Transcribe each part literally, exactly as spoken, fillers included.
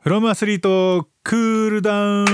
フロムアスリートクールダウン。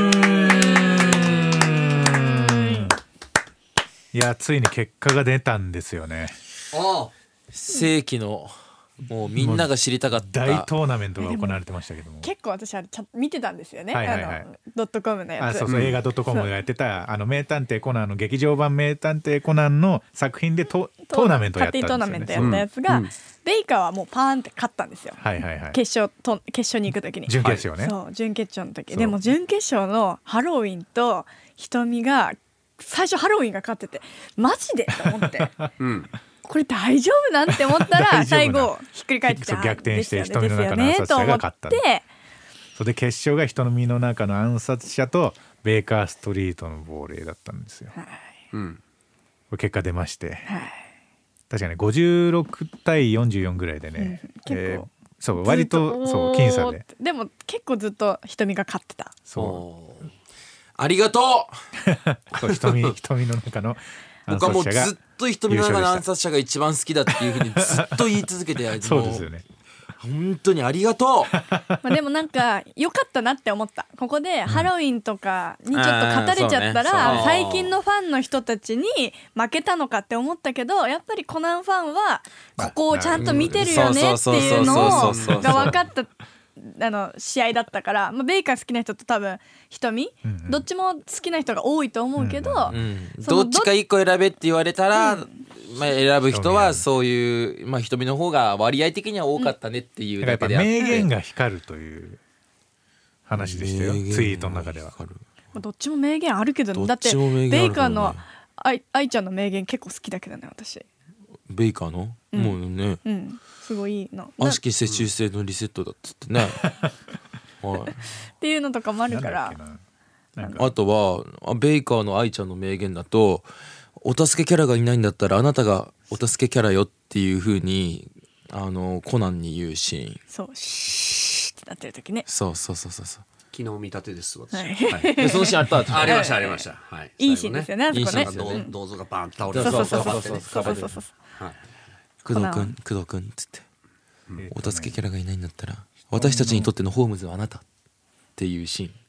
いやついに結果が出たんですよね。 ああ世紀のもうみんなが知りたかった大トーナメントが行われてましたけども、 結構私あれちゃんと見てたんですよね、 はいはいはい、 あのドットコムのやつ。 あそうそう、うん、映画ドットコムがやってたあの名探偵コナンの劇場版名探偵コナンの作品でトトーナメントをやったんですよね。 トーナメントやったやつが、うん、ベイカーはもうパーンって勝ったんですよ、 はいはいはい、 決勝と決勝に行く時に準決勝ね、 そう準決勝の時でも準決勝のハロウィンと瞳が最初ハロウィンが勝っててマジでと思って、うんこれ大丈夫なんて思ったら最後ひっくり返って逆転して瞳の中の暗殺者が勝った。それで決勝が瞳の中の暗殺者とベイカーストリートの亡霊だったんですよ、はいうん、結果出まして、はい、確かにごじゅうろくたいよんじゅうよんぐらいでね、うんえー、そう割とそう僅差ででも結構ずっと瞳が勝ってた。 そうありがとうそう 瞳, 瞳の中の僕はもうずっと瞳の中の暗殺者が一番好きだっていうふうにずっと言い続けてそうですよね本当にありがとうまあでもなんか良かったなって思った。ここでハロウィンとかにちょっと語れちゃったら、うんね、最近のファンの人たちに負けたのかって思ったけどやっぱりコナンファンはここをちゃんと見てるよねっていうのが分かったあの試合だったから、まあ、ベイカー好きな人と多分瞳、うんうん、どっちも好きな人が多いと思うけど、うんうん、どっちか一個選べって言われたら、うんまあ、選ぶ人はそういう、まあ、瞳の方が割合的には多かったねっていうだけであって、 うん、やっぱ名言が光るという話でしたよツイートの中では。 どっちも名言あるけど、ね、だってベイカーの愛ちゃんの名言結構好きだけどね私。 ベイカーの、うん、もうね、 うん、すごいいいの悪しき世襲制のリセットだっつってね、 はい、っていうのとかもあるからあとはベイカーの愛ちゃんの名言だとお助けキャラがいないんだったらあなたがお助けキャラよっていう風にあのコナンに言うシーン。 そうシーってなってる時ね。 そうそうそうそうそう昨日見立てです私、 はいはい、 でそのシーンあったありましたありました、はい、 いいシーンですよねあそこね。 銅像がバーンって倒れてそうそうそうそうそうそうそう工藤くん工藤くんっつって、うん、お助けキャラがいないんだったら私たちにとってのホームズはあなたっていうシーン。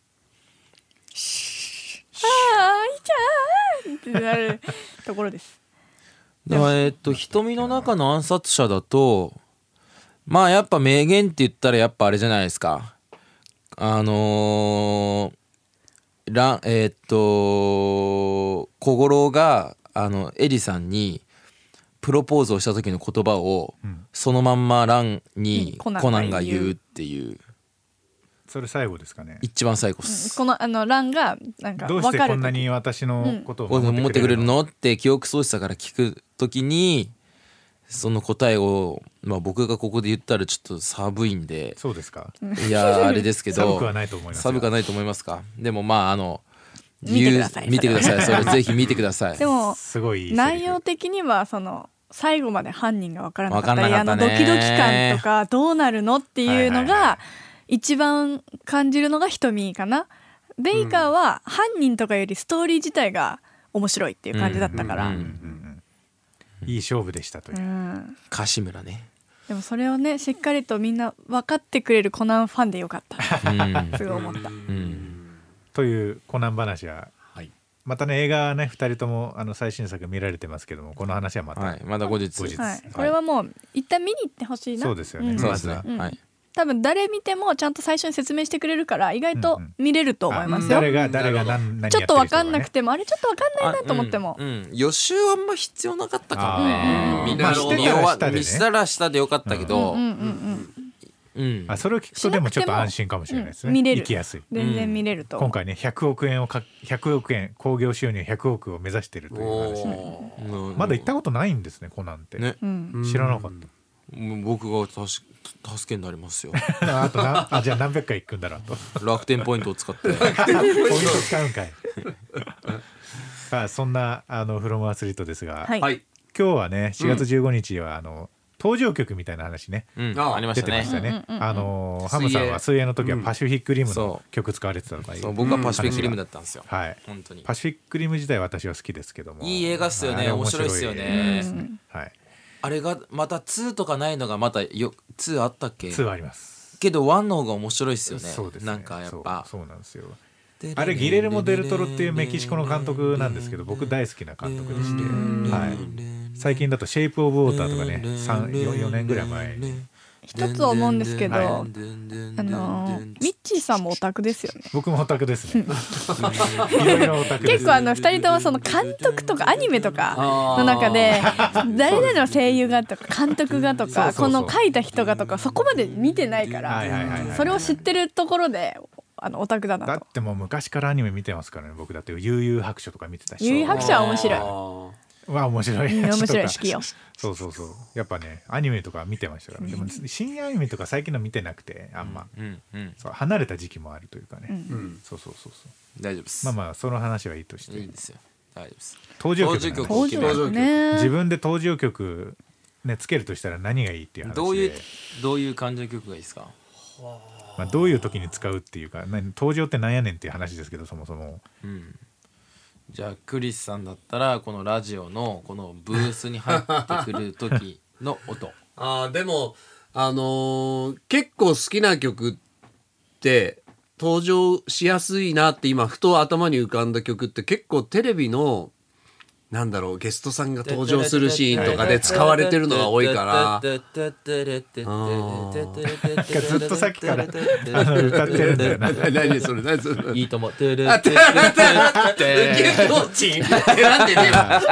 ああいちゃんってなるところです。 でもえー、っと瞳の中の暗殺者だとまあやっぱ名言って言ったらやっぱあれじゃないですか。あのー、ラえー、っと小五郎があのエリさんにプロポーズをした時の言葉を、うん、そのまんまランにコナンが言うっていう。 それ最後ですかね。 一番最後です、 うん、このあのランがなんかどうしてこんなに私のことを守ってくれるのって記憶喪失だから聞く時にその答えを、まあ、僕がここで言ったらちょっと寒いんで。 そうですか。 いやあれですけど寒くはないと思います。 寒くはないと思いますか。でもまああの見てください見てくださいそれぜひ見てください。 でもすごいいい内容的にはその最後まで犯人が分からなかったりあのドキドキ感とかどうなるのっていうのが一番感じるのが瞳かな。ベイカーは犯人とかよりストーリー自体が面白いっていう感じだったからいい勝負でしたという、うん、 柏村ね。 でもそれをねしっかりとみんな分かってくれるコナンファンでよかった、うん、すごい思った、うん、 というコナン話は、はい、またね映画ねふたりともあの最新作見られてますけどもこの話はまた、はい、 まだ後日、 後日はい、これはもう一旦見に行ってほしいな。 そうですよね、うん、 そうですね、うん、はい多分誰見てもちゃんと最初に説明してくれるから意外と見れると思いますよ、 うんうん、誰が誰が何何やってる人がね、 ちょっと分かんなくてもあれちょっと分かんないなと思っても、 うんうん、予習はあんま必要なかったかもね。みんな見したら下でよかったけど、うんうんうんうん、あそれを聞くとでもちょっと安心かもしれないですね、うん、 見れる行きやすい全然見れると、 今回ねひゃくおくえんをかひゃくおくえん興行収入ひゃくおくを目指しているという話ね。まだ行ったことないんですねコナンって、ね、知らなかった。 僕が助けになりますよあとなあじゃあ何百回行くんだろうと楽天ポイントを使って楽天ポイント使うんかいあそんなあのフロムアスリートですが、はい、今日はねしがつじゅうごにちは、うん、あの登場曲みたいな話ね、うん、ありましたね。出てましたね。あのハムさんは水泳の時はパシフィックリムの曲使われてたのか、うん、 そう僕はパシフィックリムだったんですよ、 はい、本当にパシフィックリム自体私は好きですけどもいい映画っすよね。面白いっすよね、はい。 ああれがまたツーとかないのがまたよツーあったっけ。 ツーあります。 けどワンの方が面白いですよね。 そうですね。 なんかやっぱそう、そうなんですよ。あれギレルモ・デルトロっていうメキシコの監督なんですけど、僕大好きな監督でして、はい、最近だとシェイプ・オブ・ウォーターとかね、さん、よねんぐらい前に一つ思うんですけど、 はい、 あのー、ミッチーさんもオタクですよね。 僕もオタクですね。いろいろオタクです。 結構あのふたりともその監督とかアニメとかの中で誰々の声優がとか監督がとかこの書いた人がとかそこまで見てないから、それを知ってるところであのオタクだなと。 だってもう昔からアニメ見てますからね。僕だって悠々白書とか見てたし。 悠々白書は面白い。 わ面白い、 うん、面白い式よ。 そうそうそう、やっぱねアニメとか見てましたから、うん、でも新アニメとか最近の見てなくてあんま、うんうん、そう離れた時期もあるというかね、うん、そうそうそうそう大丈夫です。 まあまあその話はいいとして、 いいですよ、大丈夫です。 登場曲、 登場曲ね、 自分で登場曲ねつけるとしたら何がいいっていう話で、 どういうどういう感じの曲がいいですか。 まあ、どういう時に使うっていうか、登場ってなんやねんっていう話ですけど、そもそも、うん、 じゃあクリスさんだったらこのラジオのこのブースに入ってくる時の音あーでもあのー、結構好きな曲って登場しやすいなって今ふと頭に浮かんだ曲って結構テレビのなんだろうゲストさんが登場するシーンとかで使われてるのが多いからずっとさっきからあの歌ってるんだよな。 何それ何それいいともてるってってどっちってなんでね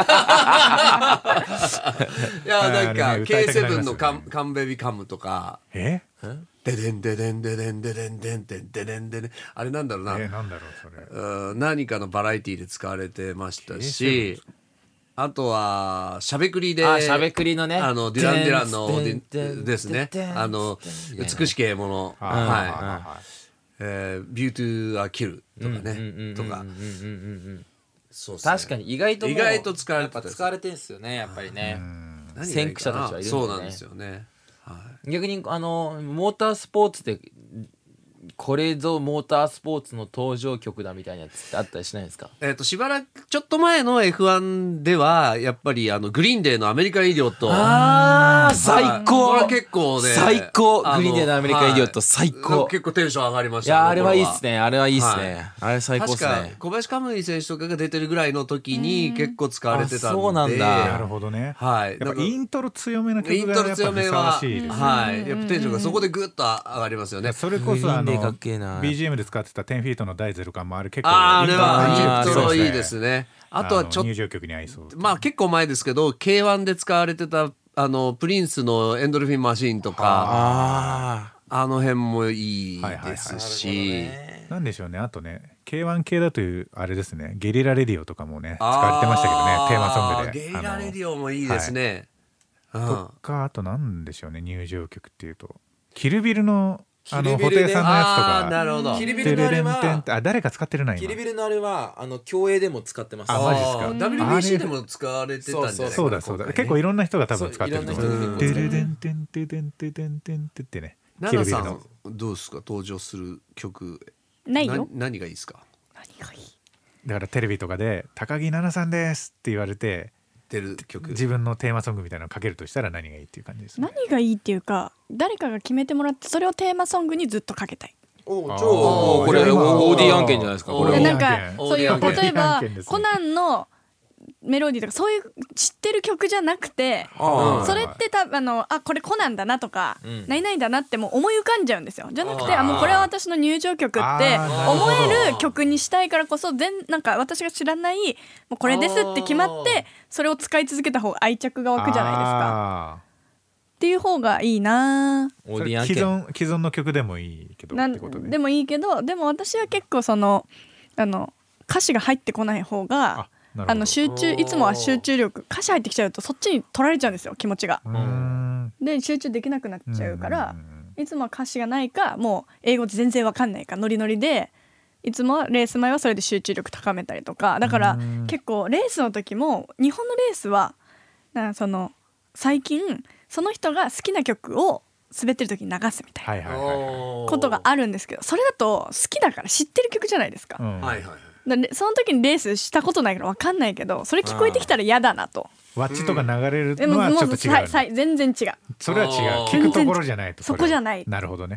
いやなんか ケーセブン のカンカンベビカムとかえデデンデデンデデンデデンデンデンデデンデデンあれなんだろうな、 えー、なんだろうそれ何かのバラエティで使われてましたし、あとはしゃべくりであしゃべくりのねあのデュラン・デュランのですねあの美しき獲物はいえビュートゥー・ア・キルとかねとか確かに意外と意外と使われて使われてるんですよねやっぱりね先駆者たちはいるんですね。 そうなんですよね。 逆にあのモータースポーツでこれぞモータースポーツの登場曲だみたいなやつってあったりしないですか。 えっとしばらくちょっと前の エフワン ではやっぱりあのグリーンデーのアメリカンイディオットあー最高、 これ結構ね最高グリーンデーのアメリカンイディオット最高、 結構テンション上がりました。 いやあれはいいっすねあれはいいっすね、あれ最高っすね。 確か小林カムイ選手とかが出てるぐらいの時に結構使われてたんで。 そうなんだ。 なるほどね。 はい。 やっぱイントロ強めの曲がやっぱふさわしいですね。 はい。やっぱテンションがそこでグッと上がりますよね。 それこそあの ビージーエム で使ってたじゅうフィートの第ゼロ感もある結構ああれはイントロいいですね。あとはちょっと入場曲に合いそう。 まあ結構前ですけど ケーワン で使われてたあのプリンスのエンドルフィンマシーンとかああの辺もいいですし、 なんでしょうね。あとね ケーワン 系だというあれですねゲリラレディオとかもね使われてましたけどねテーマソングで。 ゲリラレディオもいいですね。 とかあとなんでしょうね入場曲っていうとキルビルのあの布袋さんのやつとか、 なるほど。 キルビルのあれはあ誰か使ってるな今。 キルビルのあれはあの競泳でも使ってます。 あマジですか。 ダブリュービーシー でも使われてたんじゃないかな。 そうだそうだ結構いろんな人が多分使ってると思う。 テレデンテンテデンテデンテンテってね。 ナナさんどうですか登場する曲。 ないよ。 何がいいですか。 何がいい。 だからテレビとかで高木菜那さんですって言われて。 出る曲自分のテーマソングみたいなのをかけるとしたら何がいいっていう感じですね。 何がいいっていうか誰かが決めてもらってそれをテーマソングにずっとかけたい。 お超これ オーディー 案件じゃないですか。これなんかそういう例えばコナンのメロディーとかそういう知ってる曲じゃなくてそれって多分あのあこれコナンだなとか、うん、何々だなってもう思い浮かんじゃうんですよ。じゃなくてあもうこれは私の入場曲って思える曲にしたいからこそ全なんか私が知らないもうこれですって決まってそれを使い続けた方が愛着が湧くじゃないですかっていう方がいいな。 オーディ既存既存の曲でもいいけどってことで。 でもいいけどでも私は結構そのあの歌詞が入ってこない方があの集中いつもは集中力歌詞入ってきちゃうとそっちに取られちゃうんですよ気持ちが。で集中できなくなっちゃうからいつもは歌詞がないかもう英語全然わかんないかノリノリでいつもはレース前はそれで集中力高めたりとかだから結構レースの時も日本のレースはなんかその最近その人が好きな曲を滑ってる時に流すみたいなことがあるんですけどそれだと好きだから知ってる曲じゃないですか。はいはいその時にレースしたことないから分かんないけどそれ聞こえてきたら嫌だなと。 ワッチとか流れるのはちょっと違う、 うん、全然違う。 それは違う聞くところじゃないとそこじゃない。 なるほどね。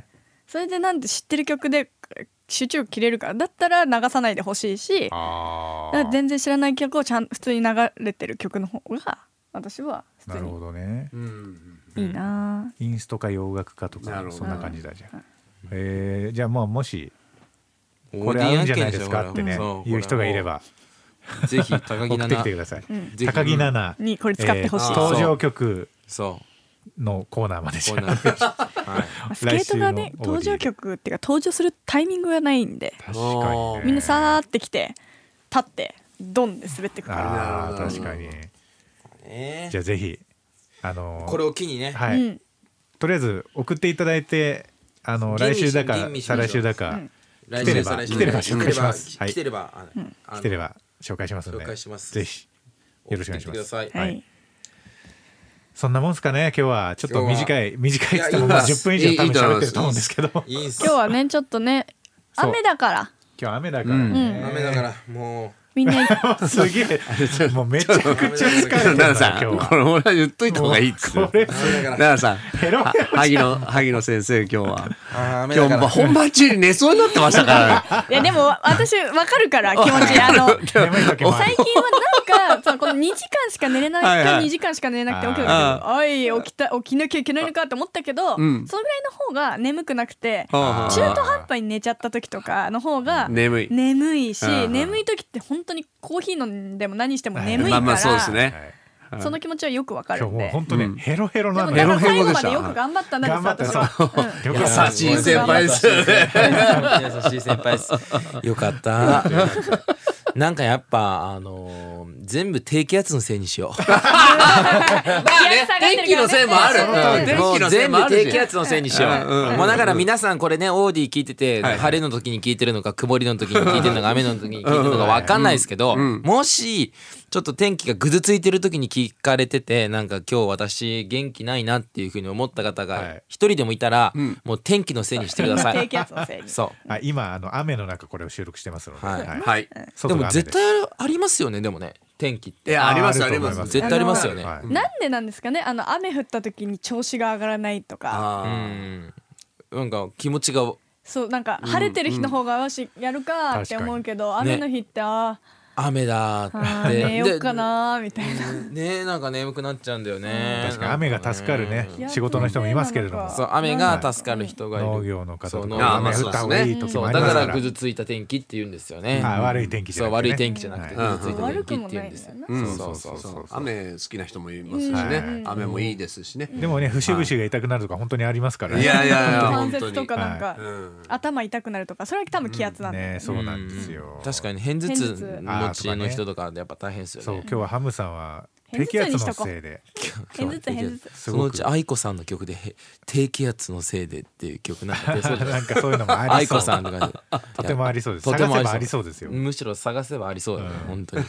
それでなんで知ってる曲で集中力切れるからだったら流さないでほしいし、 あだから全然知らない曲をちゃん普通に流れてる曲の方が私は普通なるほにどね。 いいな。 インストか洋楽かとなるほどかそんな感じだじゃん。 うんえー、じゃあまあもしオこれーディやんけ合うんじゃないですかってねそう言う人がいればぜひ高木送ってきてく菜ださい。 うんぜひ高木菜那にこれ使ってほしい、 えー登場曲そうのコーナーまでじゃこんなはいスケートがね来週のオーディ登場曲っていうか登場するタイミングがないんで確かにね。 みんなさーって来て立ってドンで滑ってくるからああ確かに。 ねじゃあぜひあのーこれを機にねはい、 うんとりあえず送っていただいてあの吟味し来週だか吟味しましょう再来週だか、 うん来来てれば週再来週来てれば紹介します来てれば来てればあの来てれば紹介しますので紹介しますぜひよろしくお願いします。 送ってきてくださいははいい、そんなもんすかね今日はちょっと短い短いっつってもいやいいまあじゅっぷん以上多分いいと思います喋ってると思うんですけどいいんす今日はねちょっとねそう雨だから今日雨だからね、 雨だからもみんなすげえもうめちゃくちゃ疲れてるな奈々さん今日これ俺は言っといた方がいいっつってこれう雨だから奈々さんヘロヘロ萩野萩野先生今日はあ雨今日だから本番中に寝そうになってましたからねいやでも私わかるから気持ちあの眠い時もある最近はなんかそのこのにじかんしか寝れないはいはいかにじかんしか寝れなくて起きるあけどおい起きた起きなきゃいけないのかって思ったけど、 んそのぐらいの方が眠くなくてあー中途半端に寝ちゃった時とかの方が眠い眠いしうん眠い時って本当にコーヒー飲んでも何しても眠いから、 まあまあそうですねはいその気持ちはよくわかる今日もうんで。 本当ね、 うんヘロヘロでもなんだよだから最後まヘロヘロでしたでよく頑張ったんだ頑張って私は。 そううんよかった優しい先輩ですよね優しい先輩ですよかったなんかやっぱあのー全部低気圧のせいにしようまあね天気のせいもあるうん天もう気のせい全部もあるし低気圧のせいにしよう、 うんうんもうだから皆さんこれねオーディ聞いてて、 はい晴れの時に聞いてるのか曇りの時に聞いてるのか雨の時に聞いてるのか分かんないですけど、 うんもしちょっと天気がぐずついてる時に聞かれててなんか今日私元気ないなっていう風に思った方がはい一人でもいたら、 んもう天気のせいにしてください低気圧のせいに。 そうあ今あの雨の中これを収録してますので、 はいはいで外が雨も絶対ありますよねでもね天気っていやありますあありますると思います絶対ありますよね、 はいなんでなんですかねあの雨降った時に調子が上がらないとか。 うあんなんか気持ちがそうなんか晴れてる日の方がよしやるかって思うけど、 確かに雨の日ってあ雨だーあってー寝ようかなーみたいな。 ねえなんか眠くなっちゃうんだよね確かに雨が助かるねうん仕事の人もいますけれども、 そう雨が助かる人がいる、 農業の方とそうかあーまあ雨降った方がいい時そうもありますからだからぐずついた天気って言うんですよね、 あ悪い天気じゃなくて、ね、 そう悪い天気じゃなくてぐはいずついた天気って言うんですよ、 悪くもうんそうそうそうそう雨好きな人もいますしうんね雨もいいですしねでもね節々が痛くなるとか本当にありますからねいやいやいや関本当に節とかなんか、 うん頭痛くなるとかそれは多分気圧なんだよね。 ねそうなんですよ、 うん確かに偏頭痛偏頭痛持ちの人とかやっぱ大変ですよねそう今日はハムさんは偏低気圧の頭痛にしとこうせいで偏頭痛偏頭痛。 そのうすごくち愛子さんの曲でへ低気圧のせいでっていう曲なんか出そうじゃないなんかそういうのもありそう愛子さんとかでとてもありそうですとても探せばありそうですよ、 むしろ探せばありそうだね、 うん本当に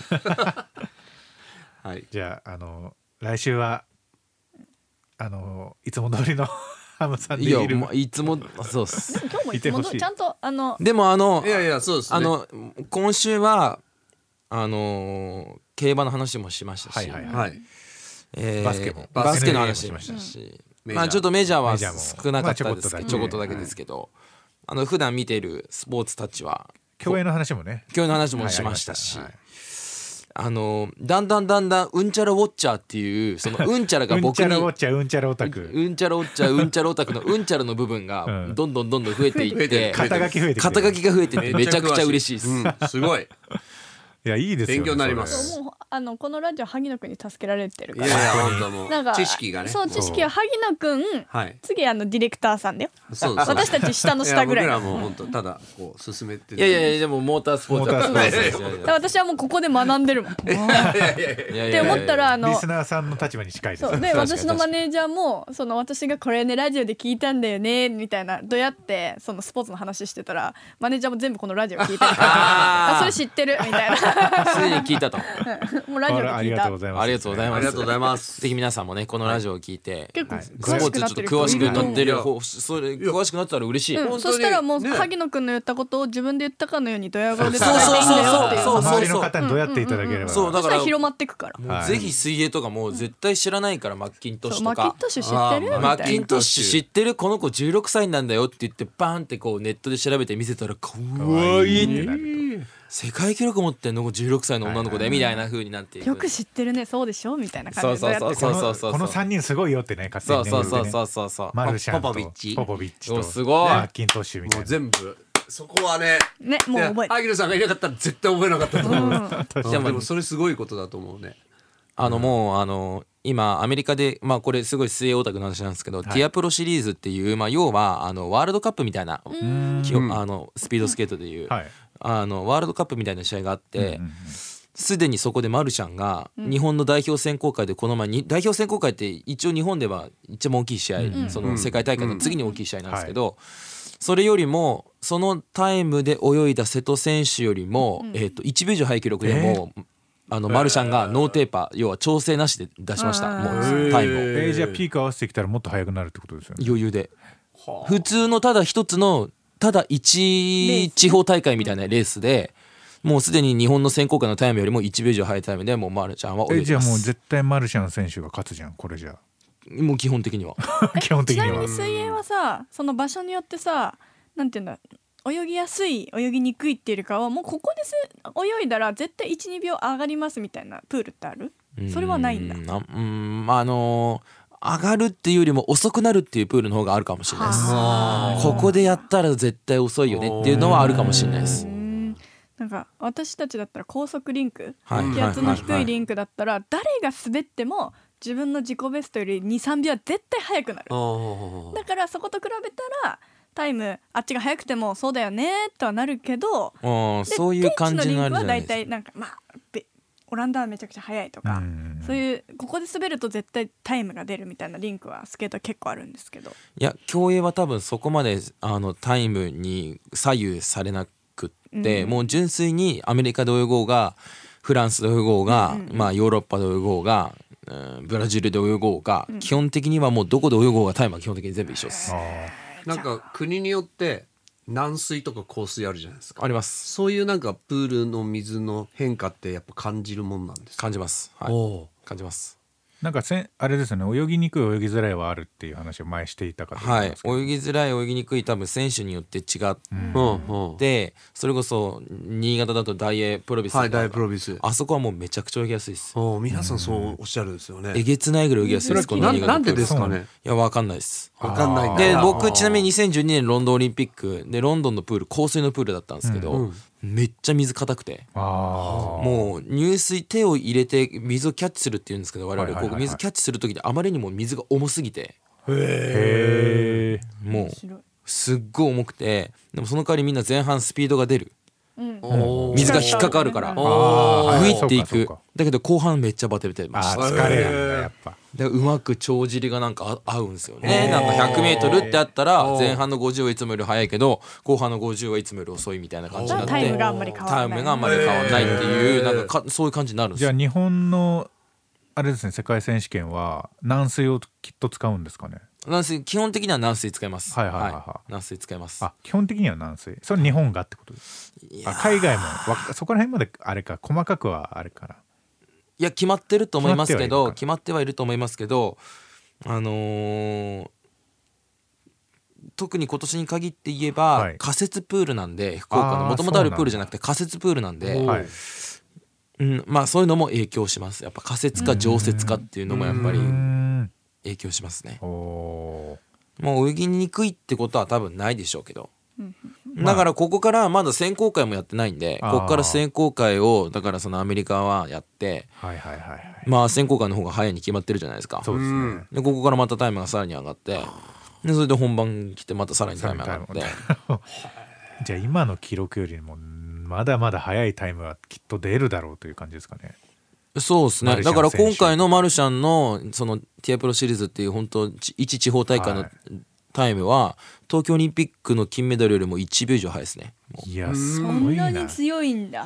はいじゃああの来週はあのいつも通りのハムさんでいやいるもういつもそうっす今日もいつもいてほしいちゃんとあのでもあのいやいやそうですねあの今週はあのー競馬の話もしましたし、 はいはいはいはいえーバスケもバスケの話もエヌビーエーもしまししたし、 メジャーまあちょっとメジャーはメジャーも少なかったですけど、 まあちょこっとだけですけど、あの普段見てるスポーツたちは競泳の話もね今日の話もしましたし、 はいありまあのだんだんだんだんうんちゃらウォッチャーっていうそのうんちゃらがうん僕にちゃらウォッチャーうんちゃらオタクうんちゃらウォッチャーうんちゃらオタクのうんちゃらの部分がうんどんどんどんどん増えていって、 肩書き増えてきて肩書きが増えてってめちゃくちゃ嬉しいです。 うんすごいいやいいですよね勉強になりますそれもうあのこのラジオ萩野くんに助けられてるいやいから。 や本当もなんかう知識がねそう知識は萩野くんはい次あのディレクターさんだよ。 そうです私たち下の下ぐらいや僕らも本当ただこう進めていやいやいやでもモータースポーツモータースポーツいやいやいだから私はもうここで学んでるもん。っやいやいてや思ったらあのリスナーさんの立場に近いですそうで確かに私のマネージャーもその私がこれねラジオで聞いたんだよねみたいなどうやってそのスポーツの話してたらマネージャーも全部このラジオ聞いてるからあそれ知ってるみたいなすでに聞いたと。 もうラジオであ聞いたりがとうございます。 ありがとうございます。 ありがとうございますぜひ皆さんもねこのラジオを聞いて、 結構はいスポーツちょっと詳しくなってる方、それ詳しくなったら嬉しい。 うん、 本当にそしたらもうね萩野くんの言ったことを自分で言ったかのようにドヤ顔で伝そうそうえていいんだよっていうそうそうそう周りの方にどうやっていただければ。 そうだからそしたら広まっていくから。 もうぜひ水泳とかもう絶対知らないから、マッキントッそうマシュとかッキントッシュ知ってるみたいな。 マッキントッシュ知ってるこの子じゅうろくさいなんだよって言ってバーンってこうネットで調べて見せたらかわいいってなる、世界記録持ってんのじゅうろくさいの女の子でみたいな風になっていく。 よく知ってるね、そうでしょみたいな感じでそうそうそうこのそうこのさんにんすごいよってね、勝手にねそうそうそうそうそうマルシャンとポポビッチポポビッチとおすごいマッキントッシュみたもいうな。 全部そこはねね、もう覚えて萩野さんがいなかったら絶対覚えなかったと思う、 うんでもでもそれすごいことだと思うね。 あのもうあの今アメリカで、まあこれすごい水泳オタクの話なんですけど、ティアプロシリーズっていう、まあ、要はあのワールドカップみたいな、きうんあのスピードスケートでいう、 はい。 あのワールドカップみたいな試合があってうんうんうんすで、にそこでマルシャンが日本の代表選考会でこの前に代表選考会って一応日本では一番大きい試合、 うんその世界大会の次に大きい試合なんですけど、それよりもそのタイムで泳いだ瀬戸選手よりも、えー、といちびょう以上速い記録でも、あのマルシャンがノーテーパー、要は調整なしで出しました、もうタイムをえーじゃあピーク合わせてきたらもっと速くなるってことですよね。 余裕で。普通のただ一つのただ一地方大会みたいなレースでもうすでに日本の選考会のタイムよりもいちびょう以上速いタイムでもうマルシャンは泳いでます。 えじゃあもう絶対マルシャン選手が勝つじゃんこれじゃもう基本的にはあ基本的にはちなみに水泳はさ、その場所によってさ、なんていうんだ、泳ぎやすい泳ぎにくいっていうよりかはもうここです泳いだら絶対 いちにびょう上がりますみたいなプールってある？それはないんだ。 うんなうんまああのー上がるっていうよりも遅くなるっていうプールの方があるかもしれないです。 あここでやったら絶対遅いよねっていうのはあるかもしれないですう。んなんか私たちだったら高速リンク、 はい気圧の低いリンクだったら誰が滑っても自分の自己ベストより にさんびょうは絶対速くなる。 ーだからそこと比べたらタイムあっちが速くてもそうだよねとはなるけど、 うんでそういう感じになるじゃない現地のリンクは大です体なんかまあべオランダはめちゃくちゃ速いとか、 うんそういうここで滑ると絶対タイムが出るみたいなリンクはスケート結構あるんですけど、 いや競泳は多分そこまであのタイムに左右されなくって、 うんもう純粋にアメリカで泳ごうがフランスで泳ごうが、 うんまあ、ヨーロッパで泳ごうが、うんブラジルで泳ごうが、基本的にはもうどこで泳ごうがタイムは基本的に全部一緒です。 あなんか国によって軟水とか硬水あるじゃないですか。 ありますそういうなんかプールの水の変化ってやっぱ感じるもんなんですか？ 感じます、はい、 お感じます。 ーなんかせんあれですよね、泳ぎにくい泳ぎづらいはあるっていう話を前していたかと思はいいますけど、 泳ぎづらい泳ぎにくい多分選手によって違っうんうんうんて、それこそ新潟だと大英プロビスとか、 はい大プロビス。 あそこはもうめちゃくちゃ泳ぎやすいです。 お皆さんそうおっしゃるんですよね。 えげつないぐらい泳ぎやすいです。このな新潟なんでですかそうね。 いやわかんないです。 わかんないんだでな僕ちなみににせんじゅうにねんロンドンオリンピックでロンドンのプール香水のプールだったんですけど、 うんうんめっちゃ水硬くて、 あーもう入水手を入れて水をキャッチするっていうんですけど、我々 はいはいはいはいこう水キャッチする時にあまりにも水が重すぎてへえもう面白い。 すっごい重くて、でもその代わりみんな前半スピードが出る、 うんおー水が引っかかるからおーグイっていくそうかそうか。 だけど後半めっちゃバテてました。 あー疲れるんだやっぱでうまく帳尻がなんかあ合うんですよね。なんか ひゃくメートルってあったら前半のごじゅうはいつもより速いけど後半のごじゅうはいつもより遅いみたいな感じになって、 タイムがあんまり変わらないタイムがあんまり変わらないっていうなんかかそういう感じになるんですよ。 じゃあ日本のあれですね、世界選手権は軟水をきっと使うんですかね。 軟水基本的には軟水使います。 はいはいはいはい軟水使います。 あ基本的には軟水、それ日本がってことですあ海外もわそこら辺まであれか細かくはあれかな。 いや決まってると思いますけど決決まってはいると思いますけど、あのー特に今年に限って言えば、 はい仮設プールなんで福岡あーのもともとあるそうなんだプールじゃなくて仮設プールなんで、 はいうん、まあそういうのも影響します。やっぱ仮設か常設かっていうのもやっぱりうーん影響しますね。 おーもう泳ぎにくいってことは多分ないでしょうけど、だからここからまだ選考会もやってないんで、 あーここから選考会をだからそのアメリカはやって、 はいはいはいはいまあ選考会の方が早いに決まってるじゃないですか。 そうですね、 うんでここからまたタイムがさらに上がって、でそれで本番来てまたさらにタイム上がって、 じゃあ今の記録よりもまだまだ速いタイムはきっと出るだろうという感じですかね。 そうですね。 マルシャンだから今回のマルシャンのそのティアプロシリーズっていう本当一地方大会のはいタイムは東京オリンピックの金メダルよりもいちびょう以上速いですね。もういやすそごいなんなに強いんだ。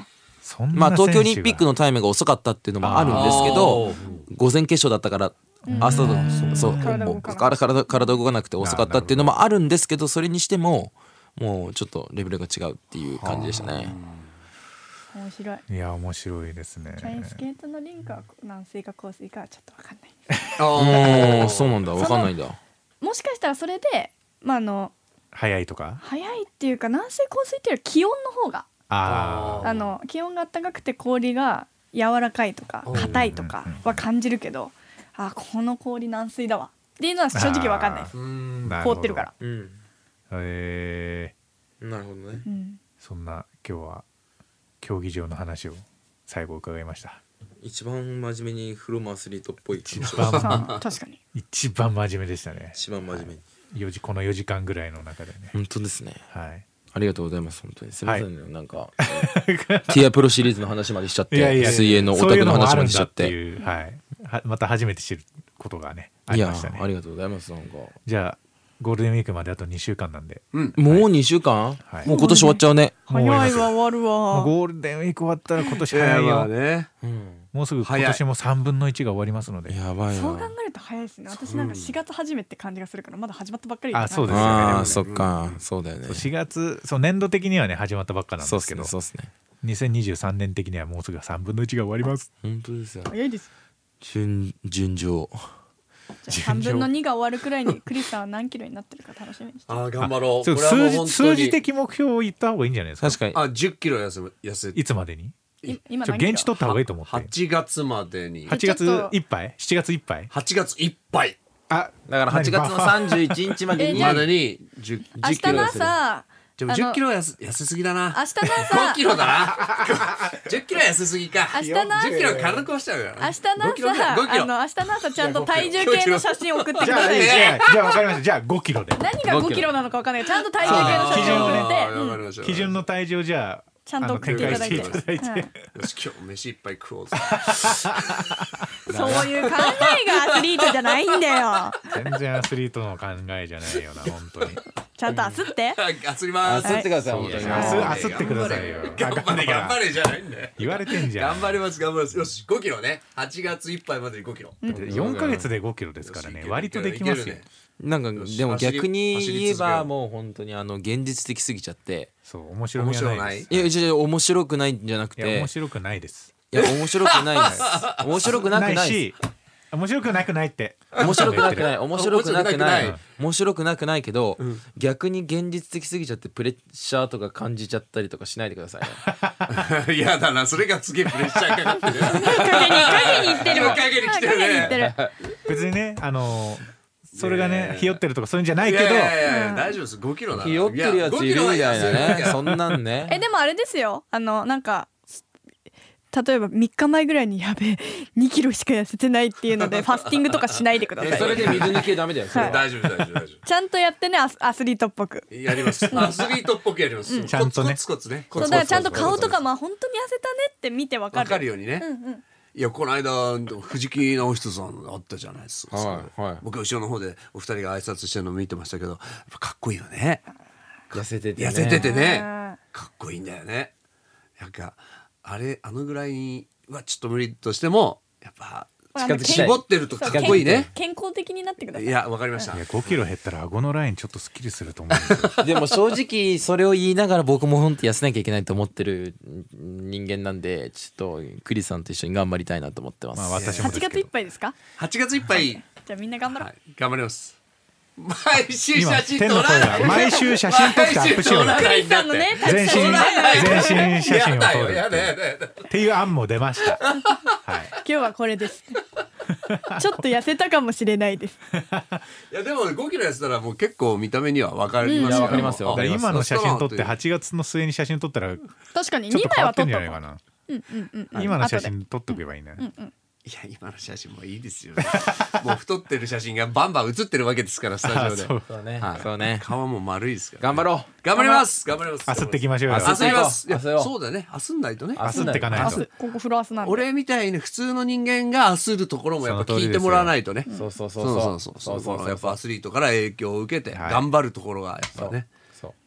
そんなまあ東京オリ選手がンピックのタイムが遅かったっていうのもあるんですけど、午前決勝だったから朝だそう体動かな体体体動かなくて遅かったっていうのもあるんですけど、それにしてももうちょっとレベルが違うっていう感じでしたね。 面白い。 いや面白いですね。 チャインスケートのリンクは軟水か硬水かはちょっと分かんないです。 ああそうなんだ、分かんないんだ。 もしかしたらそれで、まあ、あの早いとか早いっていうか軟水硬水っていうより気温の方がああの気温が暖かくて氷が柔らかいとか硬いとかは感じるけど、あこの氷軟水だわっていうのは正直分かんないです。 あ凍ってるから。 うん、 えー、 なるほどね。 うん、 そんな今日は競技場の話を最後伺いました。 一番真面目にフロムアスリートっぽい一番そう確かに一番真面目でしたね。 一番真面目に、 よじこのよじかんぐらいの中でね。 本当ですね。 はいありがとうございます。本当にすみませんね、はい、なんかティアプロシリーズの話までしちゃって、 いやいや水泳のオタクの話までしちゃって、 そういうのもあるんだっていう、はい、はまた初めて知ることがねありましたね。 いやありがとうございます。なんかじゃあゴールデンウィークまであとにしゅうかんなんで、 うん、もうにしゅうかん、はい、もう今年終わっちゃうね。 早いわ終わるわ。 ゴールデンウィーク終わったら今年早いよ、 ね、 うん、もうすぐ今年もさんぶんのいちが終わりますので。 やばいよ。 そう考えると早いですね。私なんかしがつ初めって感じがするからまだ始まったばっかり。 あそうですよね。 あそっか、うん、そうだよね。 しがつそう年度的にはね始まったばっかなんですけど、 そうですね、そうですね。 にせんにじゅうさんねん的にはもうすぐさんぶんのいちが終わります。 本当ですよ。 早いです。 順順調。 さんぶんのにが終わるくらいにクリスさんは何キロになってるか楽しみにして。 あ頑張ろう。 数字数字的目標を言った方がいいんじゃないですか。 確かに。 あじゅっキロ痩せ痩せいつまでに？ 今ちょ現地取った方がいいと思って。 はちがつまでに。 はちがついっぱい？しちがついっぱい？ はちがついっぱい。 あだからはちがつのさんじゅういちにちまでにまでにじゅっキロ痩せる。 明日の朝でもじゅっキロ痩せ痩せすぎだな。 明日の朝ごキロだな。じゅっキロ痩せすぎか。 明日の朝じゅっキロ体壊しちゃうから。 明日の朝ごキロあの明日の朝ちゃんと体重計の写真送ってくじゃあださい。 じゃあじゃあ分かりました。じゃあごキロで。 何がごキロなのか分かんないけどちゃんと体重計の写真を送って、 基準の体重をじゃあちゃんと送っていただいて、 よし今日飯いっぱい食おうぜ。 そういう考えがアスリートじゃないんだよ。 全然アスリートの考えじゃないよな本当に。 ちゃんと焦って焦ります。 焦ってください。本当に。 焦ってくださいよ。 頑張れ頑張れじゃないんだよ。 言われてんじゃん。 頑張ります頑張ります。よしごキロね。はちがついっぱいまでにごキロ。 よんかげつでごキロですからね。割とできますよ。 なんかでも逆に言えばもう本当にあの現実的すぎちゃって。 そう面白みはないです。 いやいや面白くないんじゃなくて。 いや面白くないです。 いや面白くないです。面白くなくないし。面白くなくないって面白くなくない面白くなくない面白くなくないけど、うん、逆に現実的すぎちゃってプレッシャーとか感じちゃったりとかしないでくださいね。 いやだなそれがすげえプレッシャーかかってる。 影に行ってる影に来てるね。 別にねあのそれがねひよってるとかそういうんじゃないけど、 いやいやいや大丈夫ですごキロだ。 ひよってるやついるみたいなね。そんなんね。 えでもあれですよあのなんか例えばみっかまえぐらいにやべえにキロしか痩せてないっていうのでファスティングとかしないでください。 それで水抜きダメだよ。それはい大丈夫大丈夫大丈夫。 ちゃんとやってねアス、アスリートっぽくやります。アスリートっぽくやります。うん、 ちゃんとね。 コツコツね。 そうだからちゃんと顔とかまあ本当に痩せたねって見てわかる。 わかるようにね。 うんうん。 いやこの間藤木直人さんあったじゃないですか。 はいはい。 僕後ろの方でお二人が挨拶してるの見てましたけど、やっぱかっこいいよね。 痩せててね。 痩せててね。かっこいいんだよね。なんかあれあのぐらいにはちょっと無理としてもやっぱ近づき絞ってるとかっこいいね。 健康的になってください。 いやわかりました。 いやごキロ減ったら顎のラインちょっとスッキリすると思うんですよ。 でも正直それを言いながら僕も本当痩せなきゃいけないと思ってる人間なんでちょっとクリスさんと一緒に頑張りたいなと思ってます。 まあ私もですけど。 はちがついっぱいですか？ はちがついっぱい。 じゃあみんな頑張ろう。 はい、頑張ります。毎週写真撮らない。毎週写真撮ってアップしようね。 クリスさんのね全身全身写真を撮るやだやだやだっていう案も出ました。はい。 今日はこれです。ちょっと痩せたかもしれないです。 いやでもごキロ痩せたらもう結構見た目には分かりますよ。 分かりますよ。 今の写真撮ってはちがつの末に写真撮ったら確かにちょっと変わってんじゃにまいないかな。 うんうんうん。 今の写真撮っとけばいいね。 うんうん。 いや今の写真もいいですよ、ね、もう太ってる写真がバンバン写ってるわけですからスタジオで。 そうね、 はい、 そうね。 皮も丸いですから、 ね、頑張ろう。 頑張ります。頑張ります。 焦ってきましょうよ。 焦ります。いや焦ろう。 そうだね。焦んないとね。 焦ってかないと。 ここフロアスなんで。 俺みたいに普通の人間が焦るところもやっぱ聞いてもらわないとね。 そうそうそうそうそうそうそう。やっぱアスリートから影響を受けて頑張るところがやっぱね。 そう。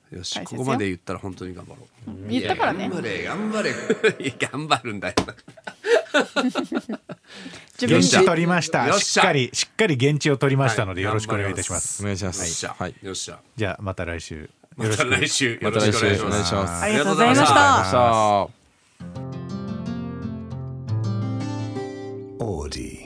よしここまで言ったら本当に頑張ろう。 言ったからね。 頑張れ頑張れ頑張るんだよ現地取りました。 よっしゃしっかりしっかり現地を取りましたので、よろしくお願いいたします。 お願いしまよっしす。 ゃ、 はい。 よっしゃじゃあまた来週また来週よまたろしくお願いし来週お願いしまますす。 ありがとうございましありがとうございましたた。 さあ。 オーディ